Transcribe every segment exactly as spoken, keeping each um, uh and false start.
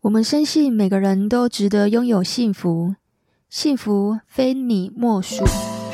我们深信每个人都值得拥有幸福，幸福非你莫属。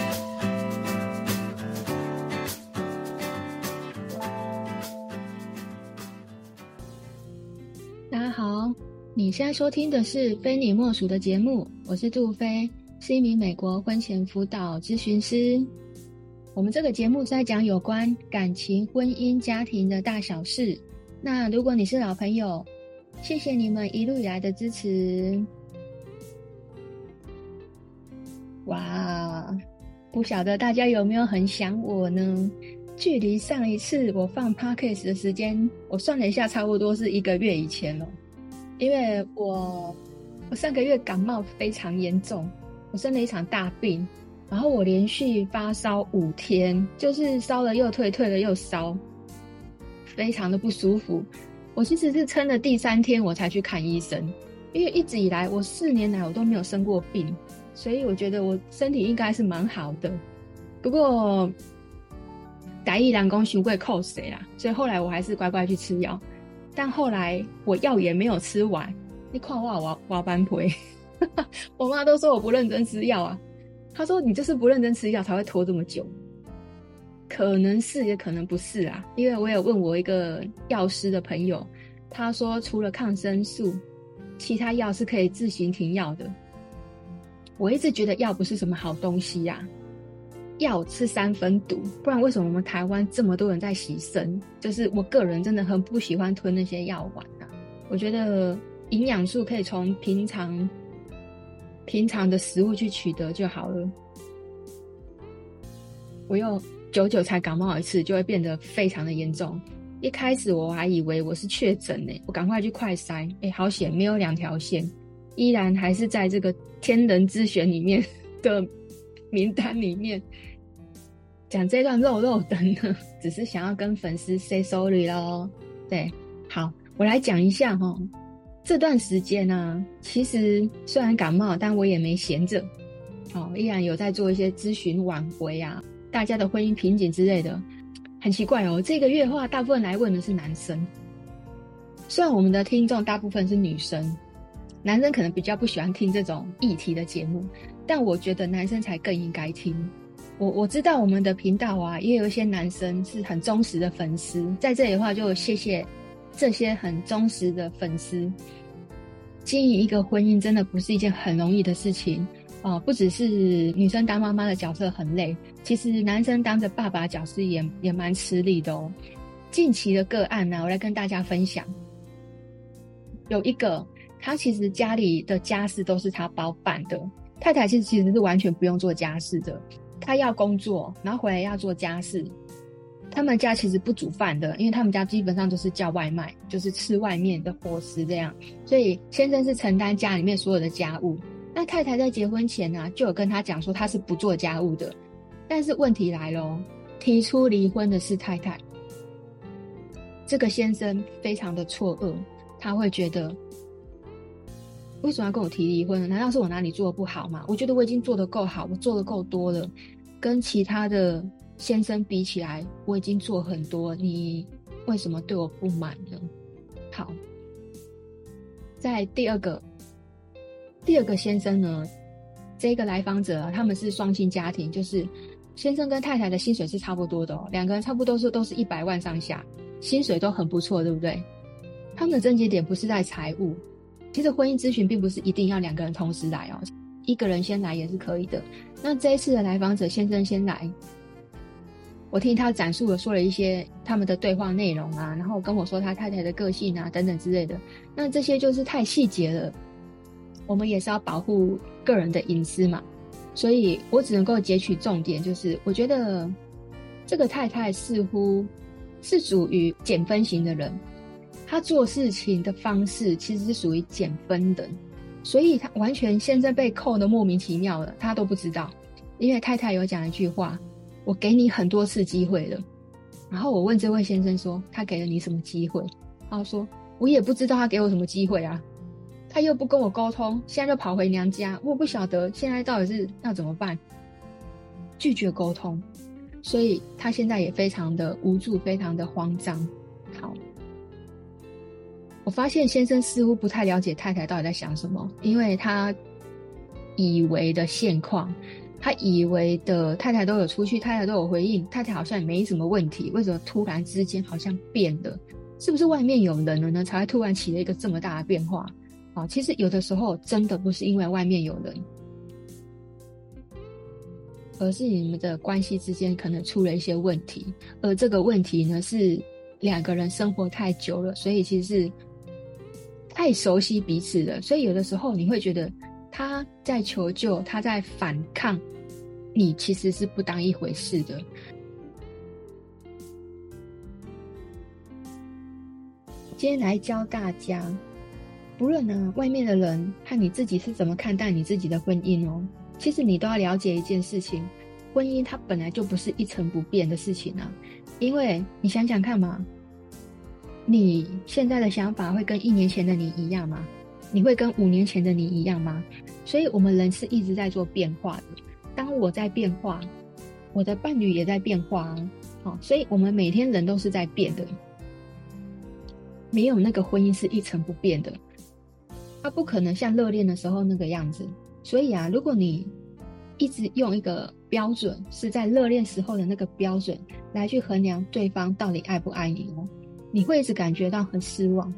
大家好，你现在收听的是非你莫属的节目，我是杜菲，是一名美国婚前辅导咨询师。我们这个节目是在讲有关感情、婚姻、家庭的大小事。那如果你是老朋友，谢谢你们一路以来的支持。哇，不晓得大家有没有很想我呢？距离上一次我放 podcast 的时间，我算了一下，差不多是一个月以前了。因为我我上个月感冒非常严重，我生了一场大病，然后我连续发烧五天，就是烧了又退，退了又烧，非常的不舒服。我其实是撑了第三天我才去看医生，因为一直以来我四年来我都没有生过病，所以我觉得我身体应该是蛮好的。不过台语人讲伤过扣谁啦，所以后来我还是乖乖去吃药。但后来我药也没有吃完，你看我我我班陪，我妈都说我不认真吃药啊。她说你就是不认真吃药才会拖这么久。可能是也可能不是啊，因为我有问我一个药师的朋友，他说除了抗生素，其他药是可以自行停药的。我一直觉得药不是什么好东西啊，药是三分毒，不然为什么我们台湾这么多人在洗肾？就是我个人真的很不喜欢吞那些药丸啊，我觉得营养素可以从平常平常的食物去取得就好了。我又久久才感冒一次，就会变得非常的严重。一开始我还以为我是确诊欸，我赶快去快筛，欸，好险没有两条线，依然还是在这个天人之选里面的名单里面。讲这段肉肉的呢，只是想要跟粉丝 say sorry 咯。对，好，我来讲一下齁，这段时间啊，其实虽然感冒，但我也没闲着，哦，依然有在做一些咨询挽回啊，大家的婚姻瓶颈之类的。很奇怪哦，这个月的话大部分来问的是男生，虽然我们的听众大部分是女生，男生可能比较不喜欢听这种议题的节目，但我觉得男生才更应该听。我我知道我们的频道啊，也有一些男生是很忠实的粉丝，在这里的话就谢谢这些很忠实的粉丝。经营一个婚姻真的不是一件很容易的事情哦，不只是女生当妈妈的角色很累，其实男生当着爸爸的角色也也蛮吃力的哦。近期的个案呢、啊，我来跟大家分享。有一个，他其实家里的家事都是他包办的，太太其实其实是完全不用做家事的，他要工作，然后回来要做家事。他们家其实不煮饭的，因为他们家基本上都是叫外卖，就是吃外面的伙食这样，所以先生是承担家里面所有的家务。那太太在结婚前啊，就有跟他讲说他是不做家务的，但是问题来了，提出离婚的是太太。这个先生非常的错愕，他会觉得为什么要跟我提离婚呢？难道是我哪里做得不好吗？我觉得我已经做得够好，我做得够多了，跟其他的先生比起来，我已经做很多，你为什么对我不满呢？好，在第二个第二个先生呢，这个来访者、啊、他们是双薪家庭，就是先生跟太太的薪水是差不多的哦，两个人差不多是都是一百万上下，薪水都很不错，对不对？他们的症结点不是在财务，其实婚姻咨询并不是一定要两个人同时来哦，一个人先来也是可以的。那这一次的来访者先生先来，我听他展述了说了一些他们的对话内容啊，然后跟我说他太太的个性啊等等之类的，那这些就是太细节了，我们也是要保护个人的隐私嘛，所以我只能够截取重点，就是我觉得这个太太似乎是属于减分型的人，她做事情的方式其实是属于减分的，所以她完全先生被扣的莫名其妙了，她都不知道。因为太太有讲一句话，我给你很多次机会了，然后我问这位先生说他给了你什么机会，他说我也不知道他给我什么机会啊，他又不跟我沟通，现在就跑回娘家，我不晓得现在到底是要怎么办，拒绝沟通，所以他现在也非常的无助，非常的慌张。好， 我发现先生似乎不太了解太太到底在想什么，因为他以为的现况，他以为的太太都有出去，太太都有回应，太太好像也没什么问题，为什么突然之间好像变了？是不是外面有人了呢，才会突然起了一个这么大的变化？啊，其实有的时候真的不是因为外面有人，而是你们的关系之间可能出了一些问题，而这个问题呢是两个人生活太久了，所以其实是太熟悉彼此了，所以有的时候你会觉得他在求救，他在反抗，你其实是不当一回事的。今天来教大家，不论呢外面的人和你自己是怎么看待你自己的婚姻哦，其实你都要了解一件事情，婚姻它本来就不是一成不变的事情啊。因为你想想看嘛，你现在的想法会跟一年前的你一样吗？你会跟五年前的你一样吗？所以我们人是一直在做变化的。当我在变化，我的伴侣也在变化啊。好，所以我们每天人都是在变的，没有那个婚姻是一成不变的，它不可能像热恋的时候那个样子。所以啊，如果你一直用一个标准是在热恋时候的那个标准来去衡量对方到底爱不爱你哦，你会一直感觉到很失望。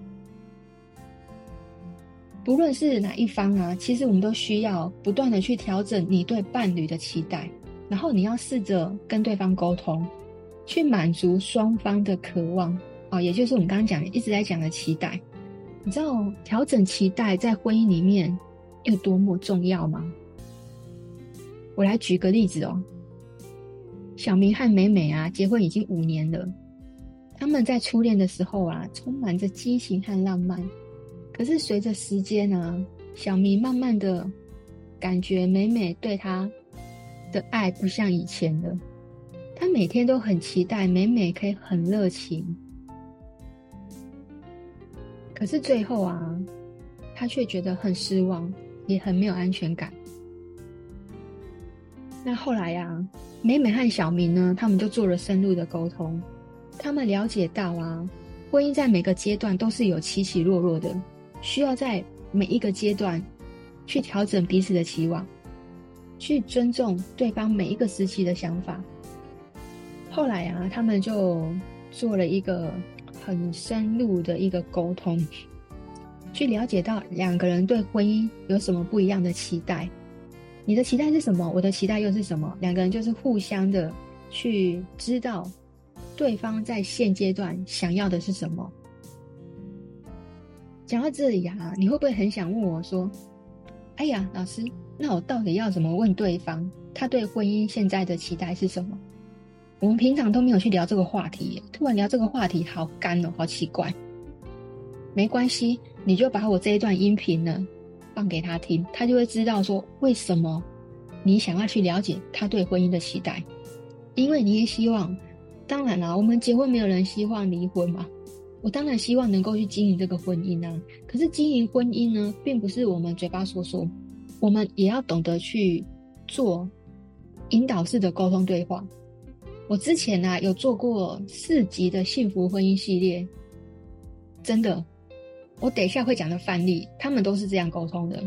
不论是哪一方啊，其实我们都需要不断的去调整你对伴侣的期待，然后你要试着跟对方沟通，去满足双方的渴望哦，也就是我们刚刚讲的一直在讲的期待。你知道调整期待在婚姻里面有多么重要吗？我来举个例子哦，小明和美美啊，结婚已经五年了。他们在初恋的时候啊，充满着激情和浪漫。可是随着时间啊，小明慢慢的感觉美美对他的爱不像以前了。他每天都很期待美美可以很热情，可是最后啊，他却觉得很失望，也很没有安全感。那后来啊，美美和小明呢，他们就做了深入的沟通。他们了解到啊，婚姻在每个阶段都是有起起落落的，需要在每一个阶段去调整彼此的期望，去尊重对方每一个时期的想法。后来啊，他们就做了一个很深入的一个沟通，去了解到两个人对婚姻有什么不一样的期待。你的期待是什么？我的期待又是什么？两个人就是互相的去知道对方在现阶段想要的是什么。讲到这里啊，你会不会很想问我说，哎呀，老师，那我到底要怎么问对方，他对婚姻现在的期待是什么？我们平常都没有去聊这个话题耶，突然聊这个话题好干哦，好奇怪。没关系，你就把我这一段音频呢放给他听，他就会知道说为什么你想要去了解他对婚姻的期待。因为你也希望，当然啦，我们结婚没有人希望离婚嘛，我当然希望能够去经营这个婚姻啊。可是经营婚姻呢，并不是我们嘴巴说说，我们也要懂得去做引导式的沟通对话。我之前啊有做过四集的幸福婚姻系列，真的，我等一下会讲的范例，他们都是这样沟通的。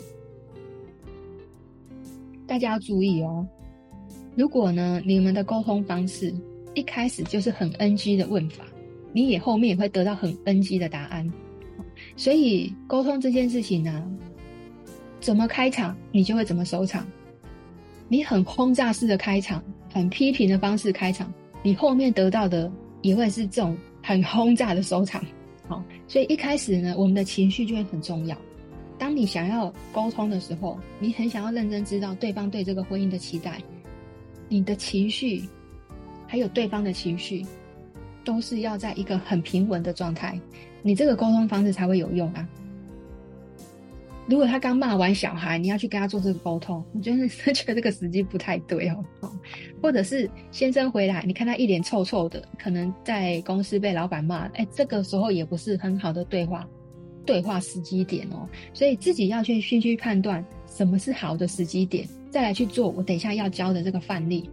大家要注意哦，如果呢你们的沟通方式一开始就是很 N G 的问法，你也后面也会得到很 N G 的答案。所以沟通这件事情呢、啊，怎么开场你就会怎么收场。你很轰炸式的开场，很批评的方式开场，你后面得到的也会是这种很轰炸的收场。好，所以一开始呢，我们的情绪就会很重要。当你想要沟通的时候，你很想要认真知道对方对这个婚姻的期待，你的情绪还有对方的情绪都是要在一个很平稳的状态，你这个沟通方式才会有用啊。如果他刚骂完小孩，你要去跟他做这个沟通，我真的是觉得这个时机不太对哦。或者是先生回来，你看他一脸臭臭的，可能在公司被老板骂，哎，这个时候也不是很好的对话对话时机点哦。所以自己要去先去判断什么是好的时机点，再来去做我等一下要教的这个范例。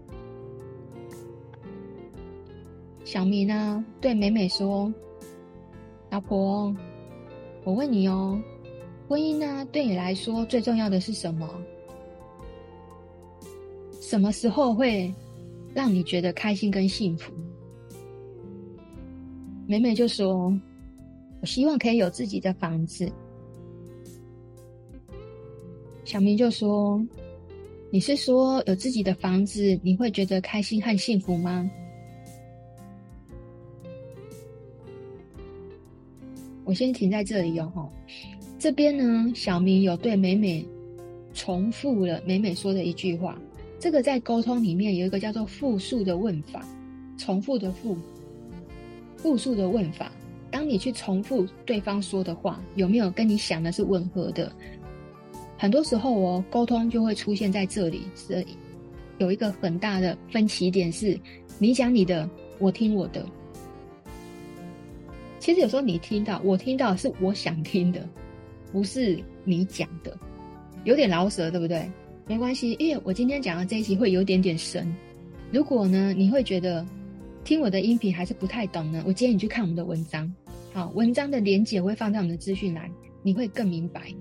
小明呢对美美说，老婆， 我问你哦，婚姻呢，对你来说最重要的是什么？什么时候会让你觉得开心跟幸福？美美就说，我希望可以有自己的房子。小明就说，你是说有自己的房子你会觉得开心和幸福吗？我先停在这里哦。这边呢，小明有对美美重复了美美说的一句话。这个在沟通里面有一个叫做复数的问法，重复的复，复数的问法。当你去重复对方说的话，有没有跟你想的是吻合的？很多时候哦，沟通就会出现在这里，是有一个很大的分歧点是，你讲你的，我听我的。其实有时候你听到，我听到是我想听的，不是你讲的，有点老舍，对不对？没关系，因为我今天讲的这一集会有点点深。如果呢，你会觉得听我的音频还是不太懂呢，我建议你去看我们的文章。好，文章的连结我会放在我们的资讯栏，你会更明白。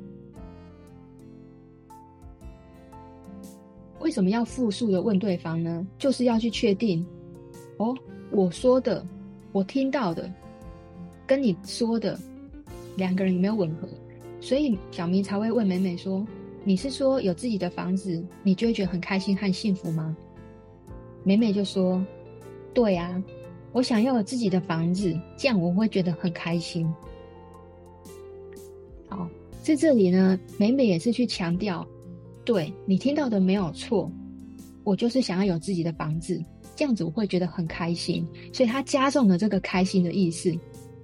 为什么要复述的问对方呢？就是要去确定，哦，我说的，我听到的，跟你说的，两个人有没有吻合？所以小明才会问美美说，你是说有自己的房子，你就会觉得很开心和幸福吗？美美就说，对啊，我想要有自己的房子，这样我会觉得很开心。好，在这里呢，美美也是去强调，对，你听到的没有错，我就是想要有自己的房子，这样子我会觉得很开心，所以他加重了这个开心的意思。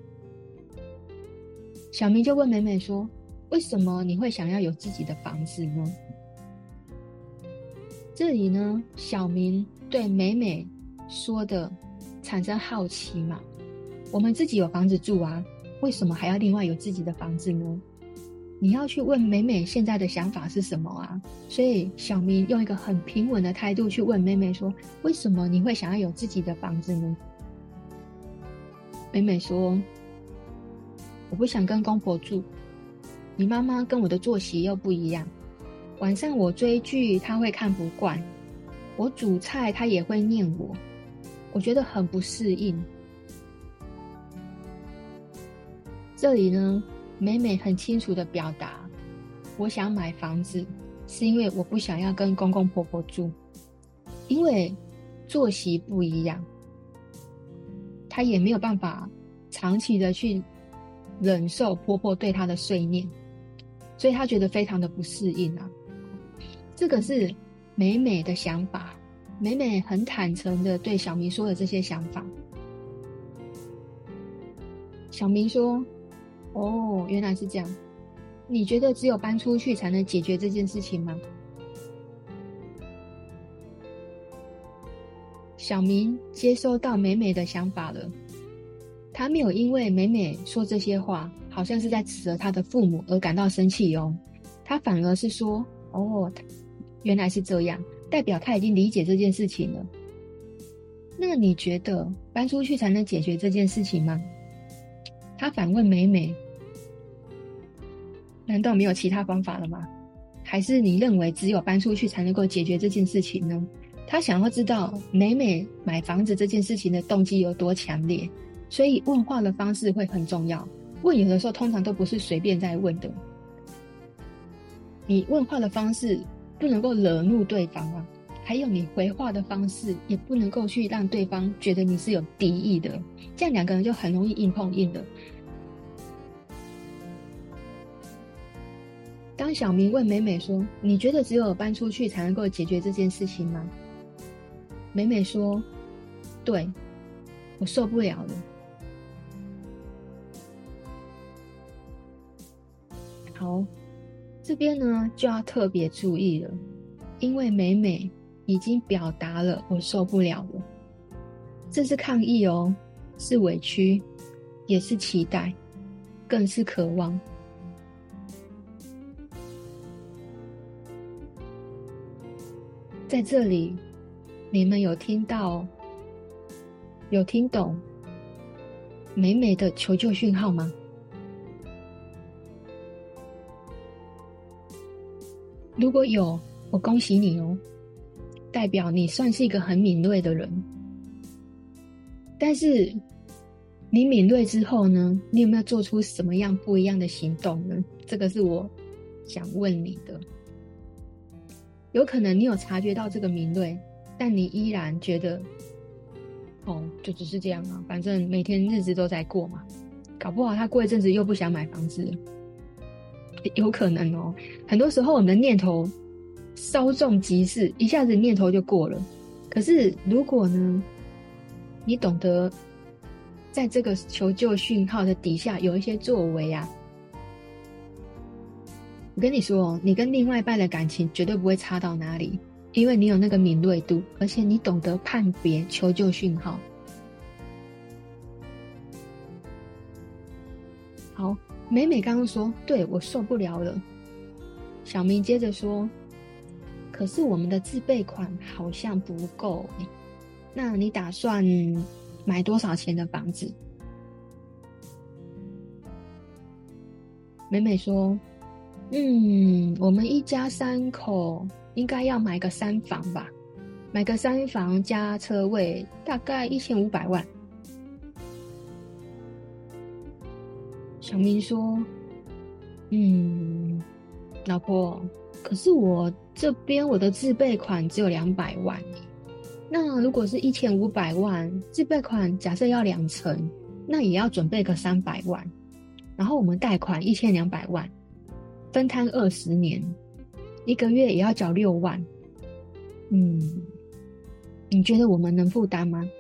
小明就问美美说，为什么你会想要有自己的房子呢？这里呢，小明对美美说的产生好奇嘛，我们自己有房子住啊，为什么还要另外有自己的房子呢？你要去问美美现在的想法是什么啊？所以小明用一个很平稳的态度去问美美说，为什么你会想要有自己的房子呢？美美说，我不想跟公婆住，你妈妈跟我的作息又不一样，晚上我追剧她会看不惯，我煮菜她也会念我，我觉得很不适应。这里呢，美美很清楚的表达，我想买房子是因为我不想要跟公公婆婆住，因为作息不一样，她也没有办法长期的去忍受婆婆对她的碎念，所以她觉得非常的不适应啊。这个是美美的想法，美美很坦诚的对小明说的这些想法。小明说，哦，原来是这样，你觉得只有搬出去才能解决这件事情吗？小明接收到美美的想法了，他没有因为美美说这些话好像是在指责他的父母而感到生气哦，他反而是说，哦，原来是这样，代表他已经理解这件事情了。那你觉得搬出去才能解决这件事情吗？他反问美美，难道没有其他方法了吗？还是你认为只有搬出去才能够解决这件事情呢？他想要知道美美买房子这件事情的动机有多强烈，所以问话的方式会很重要。问有的时候通常都不是随便在问的，你问话的方式不能够惹怒对方啊，还有你回话的方式也不能够去让对方觉得你是有敌意的，这样两个人就很容易硬碰硬的。当小明问美美说，你觉得只有搬出去才能够解决这件事情吗？美美说，对，我受不了了。好，这边呢就要特别注意了，因为美美已经表达了我受不了了，这是抗议哦，是委屈，也是期待，更是渴望。在这里，你们有听到、有听懂美美的求救讯号吗？ 如果有，我恭喜你哦，代表你算是一个很敏锐的人。但是你敏锐之后呢，你有没有做出什么样不一样的行动呢？这个是我想问你的。有可能你有察觉到这个敏锐，但你依然觉得哦，就只是这样啊，反正每天日子都在过嘛，搞不好他过一阵子又不想买房子了，有可能哦。很多时候我们的念头稍纵即逝，一下子念头就过了。可是如果呢，你懂得在这个求救讯号的底下有一些作为啊，我跟你说，你跟另外一半的感情绝对不会差到哪里，因为你有那个敏锐度，而且你懂得判别求救讯号。好，美美刚刚说，对，我受不了了。小明接着说，可是我们的自备款好像不够，那你打算买多少钱的房子？美美说，嗯，我们一家三口应该要买个三房吧，买个三房加车位，大概一千五百万。小明说，嗯，老婆，可是我这边我的自备款只有两百万，那如果是一千五百万，自备款假设要两成，那也要准备个三百万，然后我们贷款一千两百万，分摊二十年，一个月也要缴六万。嗯，你觉得我们能负担吗？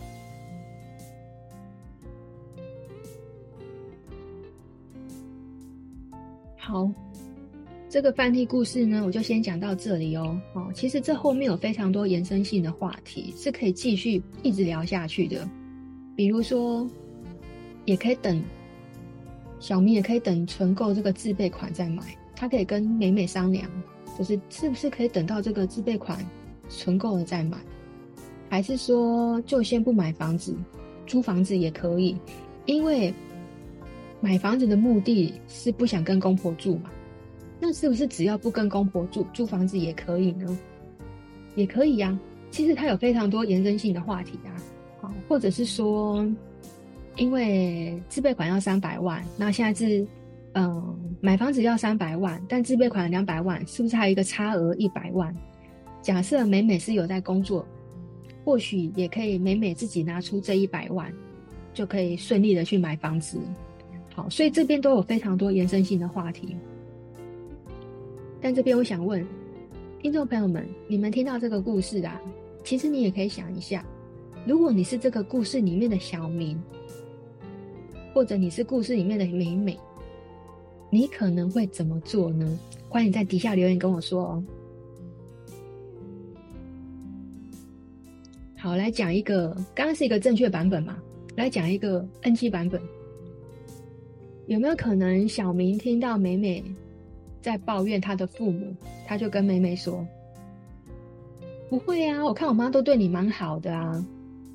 好，这个范例故事呢，我就先讲到这里哦。哦，其实这后面有非常多延伸性的话题，是可以继续一直聊下去的。比如说，也可以等小明也可以等存够这个自备款再买，他可以跟美美商量，就是是不是可以等到这个自备款存够了再买，还是说就先不买房子，租房子也可以，因为买房子的目的是不想跟公婆住嘛，那是不是只要不跟公婆住，租房子也可以呢？也可以呀、啊。其实它有非常多延伸性的话题啊，好，或者是说，因为自备款要三百万，那现在是，嗯、呃，买房子要三百万，但自备款两百万，是不是还有一个差额一百万？假设美美是有在工作，或许也可以美美自己拿出这一百万，就可以顺利的去买房子。好，所以这边都有非常多延伸性的话题。但这边我想问听众朋友们，你们听到这个故事啊，其实你也可以想一下，如果你是这个故事里面的小明，或者你是故事里面的美美，你可能会怎么做呢？欢迎在底下留言跟我说哦。好，来讲一个，刚刚是一个正确版本嘛，来讲一个 N G 版本。有没有可能小明听到美美在抱怨他的父母，他就跟美美说，不会啊，我看我妈都对你蛮好的啊，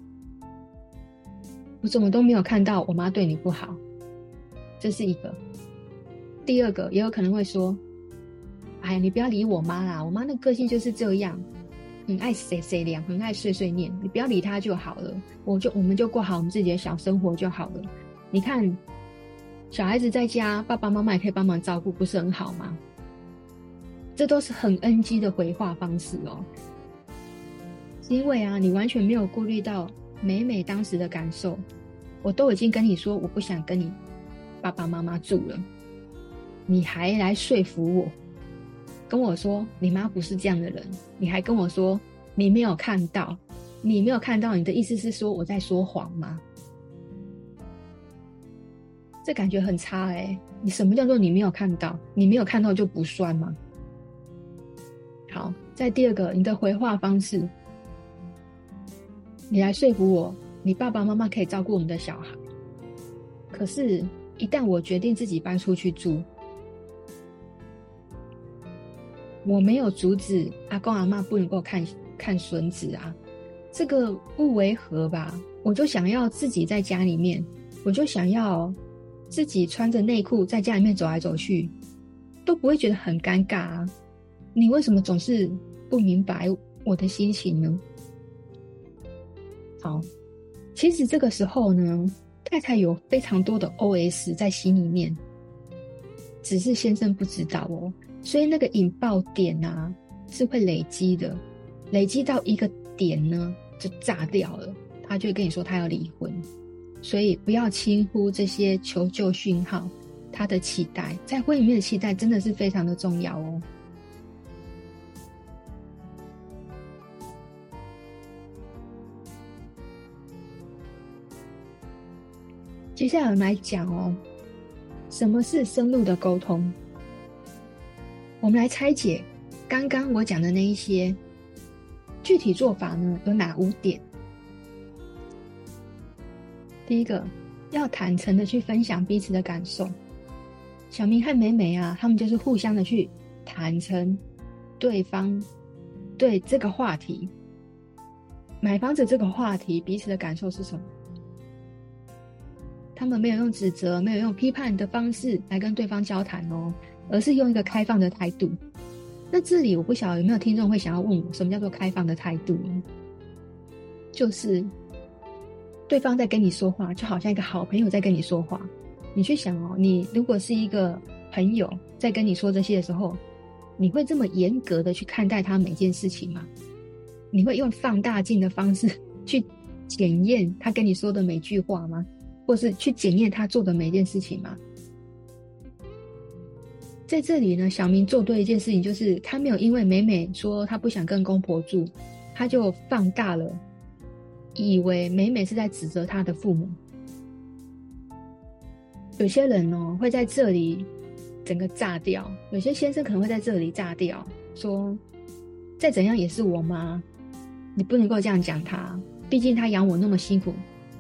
我怎么都没有看到我妈对你不好。这是一个。第二个也有可能会说，哎呀，你不要理我妈啦，我妈那个性就是这样，很爱碎碎念，很爱碎碎念，你不要理她就好了，我就我们就过好我们自己的小生活就好了。你看小孩子在家，爸爸妈妈也可以帮忙照顾，不是很好吗？这都是很 N G 的回话方式哦。是因为啊，你完全没有顾虑到美美当时的感受。我都已经跟你说我不想跟你爸爸妈妈住了，你还来说服我，跟我说你妈不是这样的人，你还跟我说你没有看到，你没有看到，你的意思是说我在说谎吗？这感觉很差哎、欸！你什么叫做你没有看到？你没有看到就不算吗？好，再第二个，你的回话方式，你来说服我，你爸爸妈妈可以照顾我们的小孩，可是，一旦我决定自己搬出去住，我没有阻止阿公阿嬷不能够看看孙子啊，这个不违和吧？我就想要自己在家里面，我就想要自己穿着内裤在家里面走来走去，都不会觉得很尴尬啊。 你为什么总是不明白我的心情呢？好，其实这个时候呢，太太有非常多的 O S 在心里面，只是先生不知道哦。所以那个引爆点啊是会累积的，累积到一个点呢就炸掉了，他就会跟你说他要离婚。所以不要轻忽这些求救讯号，他的期待，在婚姻里面的期待真的是非常的重要哦。接下来我们来讲哦，什么是深入的沟通？我们来拆解刚刚我讲的那一些具体做法呢，有哪五点？第一个，要坦诚的去分享彼此的感受。小明和美美啊，他们就是互相的去坦诚对方对这个话题，买房子这个话题彼此的感受是什么。他们没有用指责，没有用批判的方式来跟对方交谈哦，而是用一个开放的态度。那这里我不晓得有没有听众会想要问我，什么叫做开放的态度呢？就是对方在跟你说话，就好像一个好朋友在跟你说话。你去想哦，你如果是一个朋友在跟你说这些的时候，你会这么严格的去看待他每件事情吗？你会用放大镜的方式去检验他跟你说的每句话吗？或是去检验他做的每件事情吗？在这里呢，小明做对一件事情，就是他没有因为美美说他不想跟公婆住，他就放大了，以为美美是在指责他的父母。有些人哦会在这里整个炸掉，有些先生可能会在这里炸掉，说再怎样也是我妈，你不能够这样讲她，毕竟她养我那么辛苦。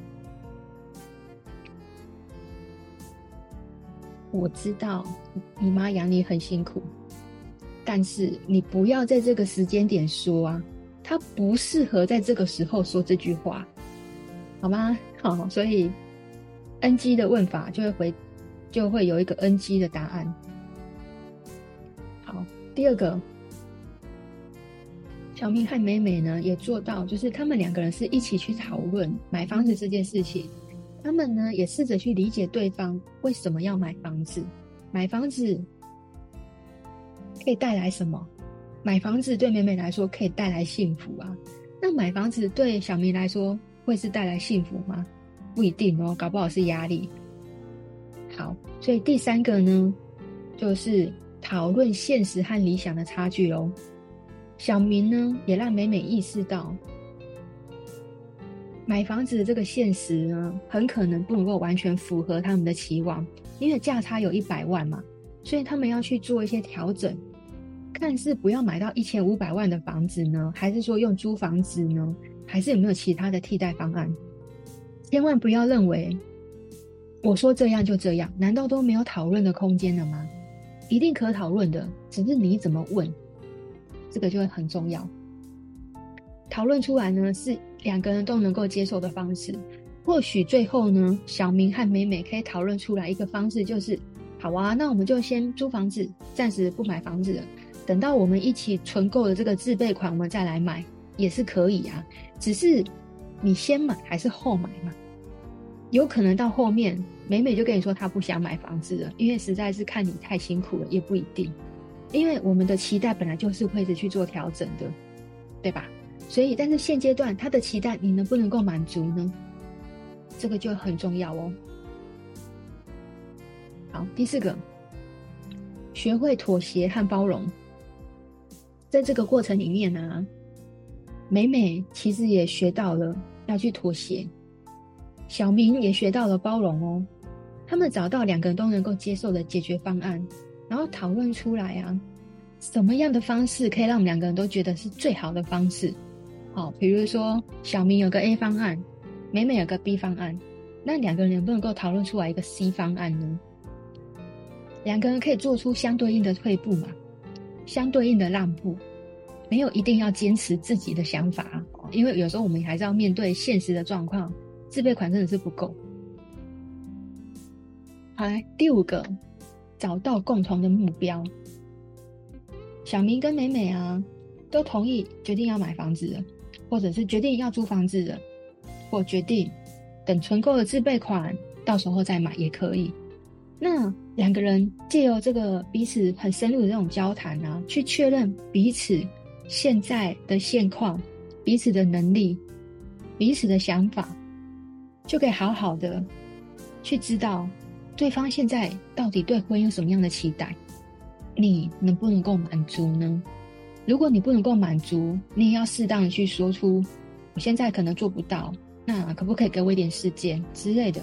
我知道你妈养你很辛苦，但是你不要在这个时间点说啊，她不适合在这个时候说这句话，好吗？好，所以 N G 的问法就会回，就会有一个 N G 的答案。好，第二个，小明和美美呢也做到，就是他们两个人是一起去讨论买房子这件事情。他们呢也试着去理解对方为什么要买房子，买房子可以带来什么？买房子对美美来说可以带来幸福啊，那买房子对小明来说会是带来幸福吗？不一定哦，搞不好是压力。好，所以第三个呢，就是讨论现实和理想的差距咯。小明呢也让美美意识到，买房子的这个现实呢，很可能不能够完全符合他们的期望，因为价差有一百万嘛，所以他们要去做一些调整，看是不要买到一千五百万的房子呢，还是说用租房子呢，还是有没有其他的替代方案？千万不要认为我说这样就这样，难道都没有讨论的空间了吗？一定可讨论的，只是你怎么问，这个就会很重要。讨论出来呢，是两个人都能够接受的方式。或许最后呢，小明和美美可以讨论出来一个方式，就是好啊，那我们就先租房子，暂时不买房子了，等到我们一起存够了这个自备款，我们再来买也是可以啊。只是你先买还是后买嘛？有可能到后面美美就跟你说她不想买房子了，因为实在是看你太辛苦了，也不一定。因为我们的期待本来就是会去做调整的，对吧？所以但是现阶段他的期待你能不能够满足呢？这个就很重要哦。好，第四个，学会妥协和包容。在这个过程里面呢、啊，美美其实也学到了要去妥协，小明也学到了包容哦。他们找到两个人都能够接受的解决方案，然后讨论出来啊，什么样的方式可以让我们两个人都觉得是最好的方式。好，比如说小明有个 A 方案，美美有个 B 方案，那两个人能不能够讨论出来一个 C 方案呢？两个人可以做出相对应的退步嘛，相对应的让步，没有一定要坚持自己的想法，因为有时候我们还是要面对现实的状况，自备款真的是不够。好，来第五个，找到共同的目标。 小明跟美美啊，都同意决定要买房子了，或者是决定要租房子了，或决定等存够了自备款，到时候再买也可以。那两个人借由这个彼此很深入的这种交谈啊，去确认彼此现在的现况、彼此的能力、彼此的想法，就可以好好的去知道对方现在到底对婚姻有什么样的期待，你能不能够满足呢？如果你不能够满足，你也要适当的去说出我现在可能做不到，那可不可以给我一点时间之类的。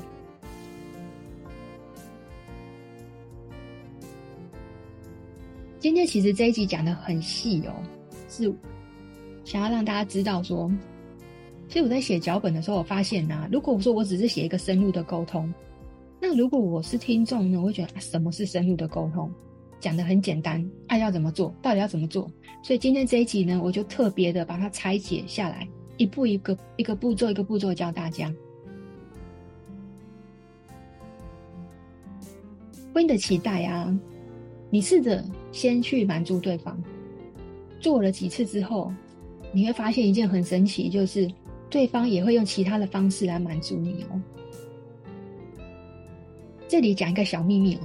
今天其实这一集讲得很细哦，是想要让大家知道说，其实我在写脚本的时候，我发现啊，如果我说我只是写一个深入的沟通，那如果我是听众呢，我会觉得、啊、什么是深入的沟通？讲得很简单，爱、啊、要怎么做，到底要怎么做？所以今天这一集呢，我就特别的把它拆解下来，一步一个一个步骤一个步骤教大家。婚姻的期待啊，你试着先去满足对方，做了几次之后，你会发现一件很神奇，就是对方也会用其他的方式来满足你哦。这里讲一个小秘密哦，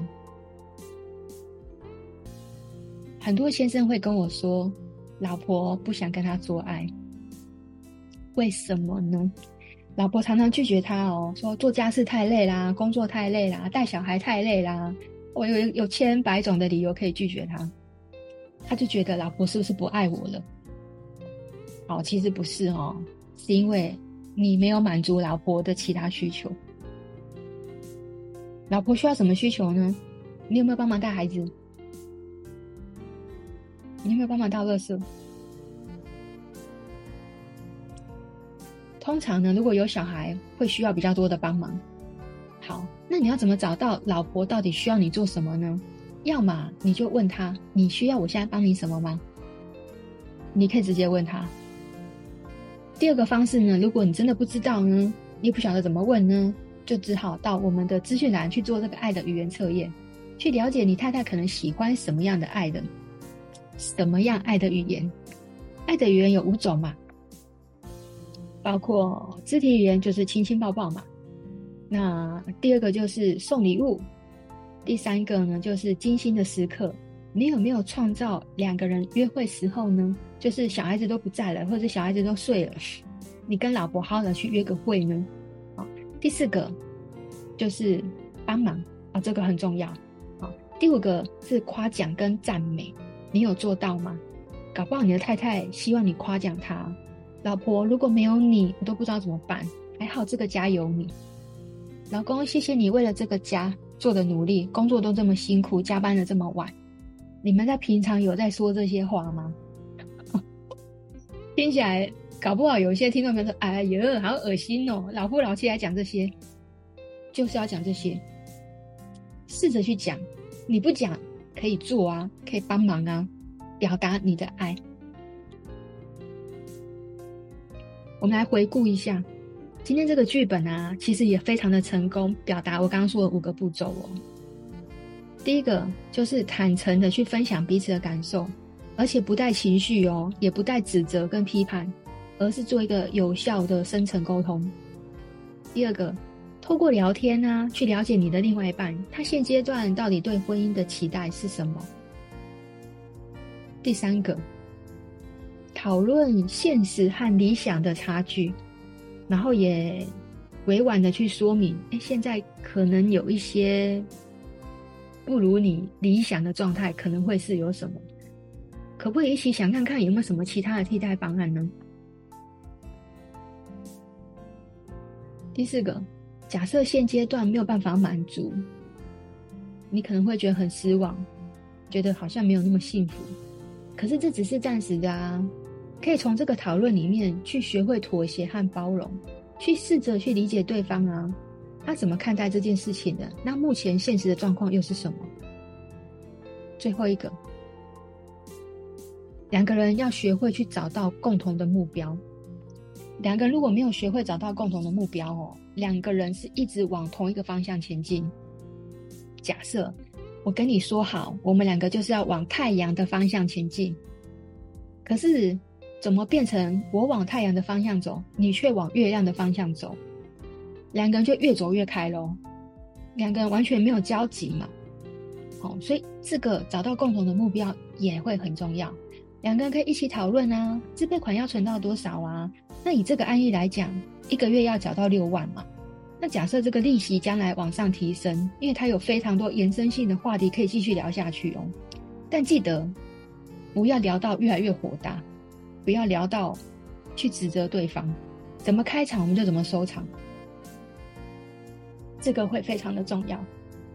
很多先生会跟我说，老婆不想跟他做爱，为什么呢？老婆常常拒绝他哦，说做家事太累啦，工作太累啦，带小孩太累啦，我有有千百种的理由可以拒绝他，他就觉得老婆是不是不爱我了？哦，其实不是哦，是因为你没有满足老婆的其他需求。老婆需要什么需求呢？你有没有帮忙带孩子？你有没有帮忙倒垃圾？通常呢，如果有小孩，会需要比较多的帮忙。好，那你要怎么找到老婆到底需要你做什么呢？要么你就问他，你需要我现在帮你什么吗？你可以直接问他。第二个方式呢，如果你真的不知道呢，你也不晓得怎么问呢，就只好到我们的资讯栏去做这个爱的语言测验，去了解你太太可能喜欢什么样的爱的，什么样爱的语言。爱的语言有五种嘛，包括肢体语言，就是亲亲抱抱嘛。那第二个就是送礼物，第三个呢就是精心的时刻。你有没有创造两个人约会时候呢？就是小孩子都不在了，或者小孩子都睡了，你跟老婆好好的去约个会呢？好，第四个就是帮忙啊，这个很重要。好，第五个是夸奖跟赞美，你有做到吗？搞不好你的太太希望你夸奖她，老婆如果没有你，我都不知道怎么办，还好这个家有你。老公，谢谢你为了这个家做的努力，工作都这么辛苦，加班的这么晚。你们在平常有在说这些话吗？听起来搞不好有一些听众朋友说，哎呀好恶心哦，老夫老妻来讲这些，就是要讲这些，试着去讲。你不讲可以做啊，可以帮忙啊，表达你的爱。我们来回顾一下今天这个剧本啊，其实也非常的成功，表达我刚刚说的五个步骤哦。第一个就是坦诚的去分享彼此的感受，而且不带情绪哦，也不带指责跟批判，而是做一个有效的深层沟通。第二个，透过聊天啊，去了解你的另外一半，他现阶段到底对婚姻的期待是什么。第三个，讨论现实和理想的差距，然后也委婉的去说明，诶，现在可能有一些不如你理想的状态，可能会是有什么，可不可以一起想看看有没有什么其他的替代方案呢？第四个，假设现阶段没有办法满足，你可能会觉得很失望，觉得好像没有那么幸福，可是这只是暂时的啊，可以从这个讨论里面去学会妥协和包容，去试着去理解对方啊，他怎么看待这件事情的？那目前现实的状况又是什么？最后一个，两个人要学会去找到共同的目标。两个人如果没有学会找到共同的目标哦，两个人是一直往同一个方向前进。假设我跟你说好，我们两个就是要往太阳的方向前进。可是怎么变成我往太阳的方向走，你却往月亮的方向走？两个人就越走越开咯，两个人完全没有交集嘛。哦，所以这个找到共同的目标也会很重要。两个人可以一起讨论啊，自备款要存到多少啊？那以这个案例来讲，一个月要缴到六万嘛。那假设这个利息将来往上提升，因为它有非常多延伸性的话题可以继续聊下去哦。但记得不要聊到越来越火大，不要聊到去指责对方，怎么开场我们就怎么收场，这个会非常的重要。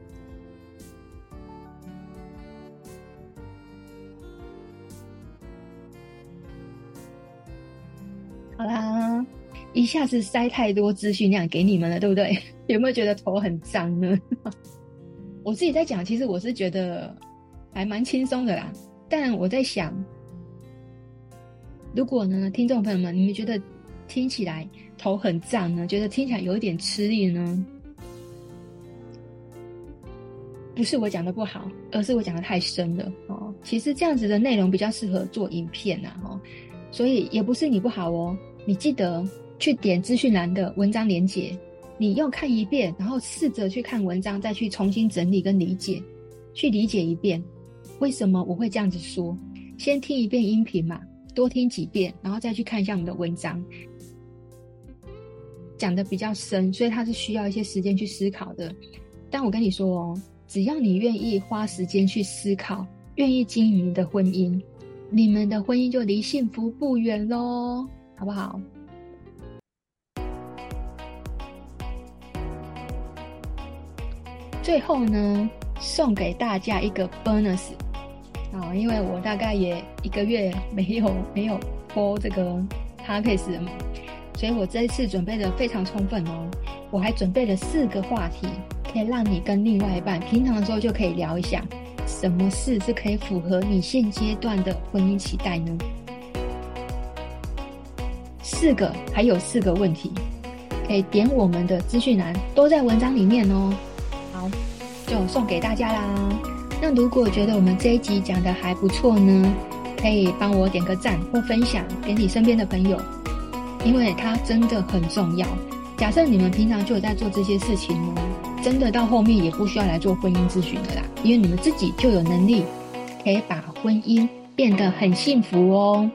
好啦，一下子塞太多资讯量给你们了，对不对？有没有觉得头很脏呢？我自己在讲，其实我是觉得还蛮轻松的啦。但我在想，如果呢，听众朋友们，你们觉得听起来头很胀呢，觉得听起来有一点吃力呢，不是我讲的不好，而是我讲的太深了哦。其实这样子的内容比较适合做影片啊，哦，所以也不是你不好哦。你记得去点资讯栏的文章连结，你用看一遍，然后试着去看文章，再去重新整理跟理解，去理解一遍为什么我会这样子说。先听一遍音频嘛，多听几遍，然后再去看一下我们的文章，讲的比较深，所以它是需要一些时间去思考的。但我跟你说哦，只要你愿意花时间去思考，愿意经营你的婚姻，你们的婚姻就离幸福不远咯，好不好？最后呢，送给大家一个 bonus 啊，因为我大概也一个月没有没有播这个 podcast 了嘛，所以我这一次准备的非常充分哦。我还准备了四个话题，可以让你跟另外一半平常的时候就可以聊一下，什么事是可以符合你现阶段的婚姻期待呢？四个，还有四个问题，可以点我们的资讯栏，都在文章里面哦。好，就送给大家啦。那如果觉得我们这一集讲的还不错呢，可以帮我点个赞或分享给你身边的朋友，因为它真的很重要。假设你们平常就有在做这些事情哦，真的到后面也不需要来做婚姻咨询的啦，因为你们自己就有能力可以把婚姻变得很幸福哦。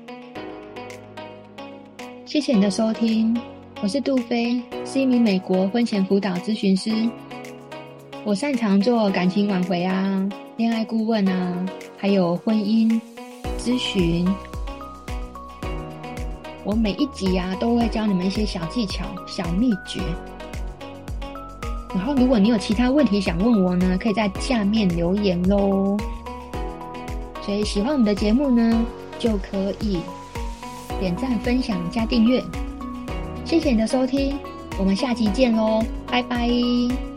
谢谢你的收听，我是杜菲，是一名美国婚前辅导咨询师。我擅长做感情挽回啊、恋爱顾问啊，还有婚姻咨询。我每一集啊都会教你们一些小技巧、小秘诀。然后如果你有其他问题想问我呢，可以在下面留言咯。所以喜欢我们的节目呢，就可以点赞、分享、加订阅。谢谢你的收听，我们下集见咯，拜拜。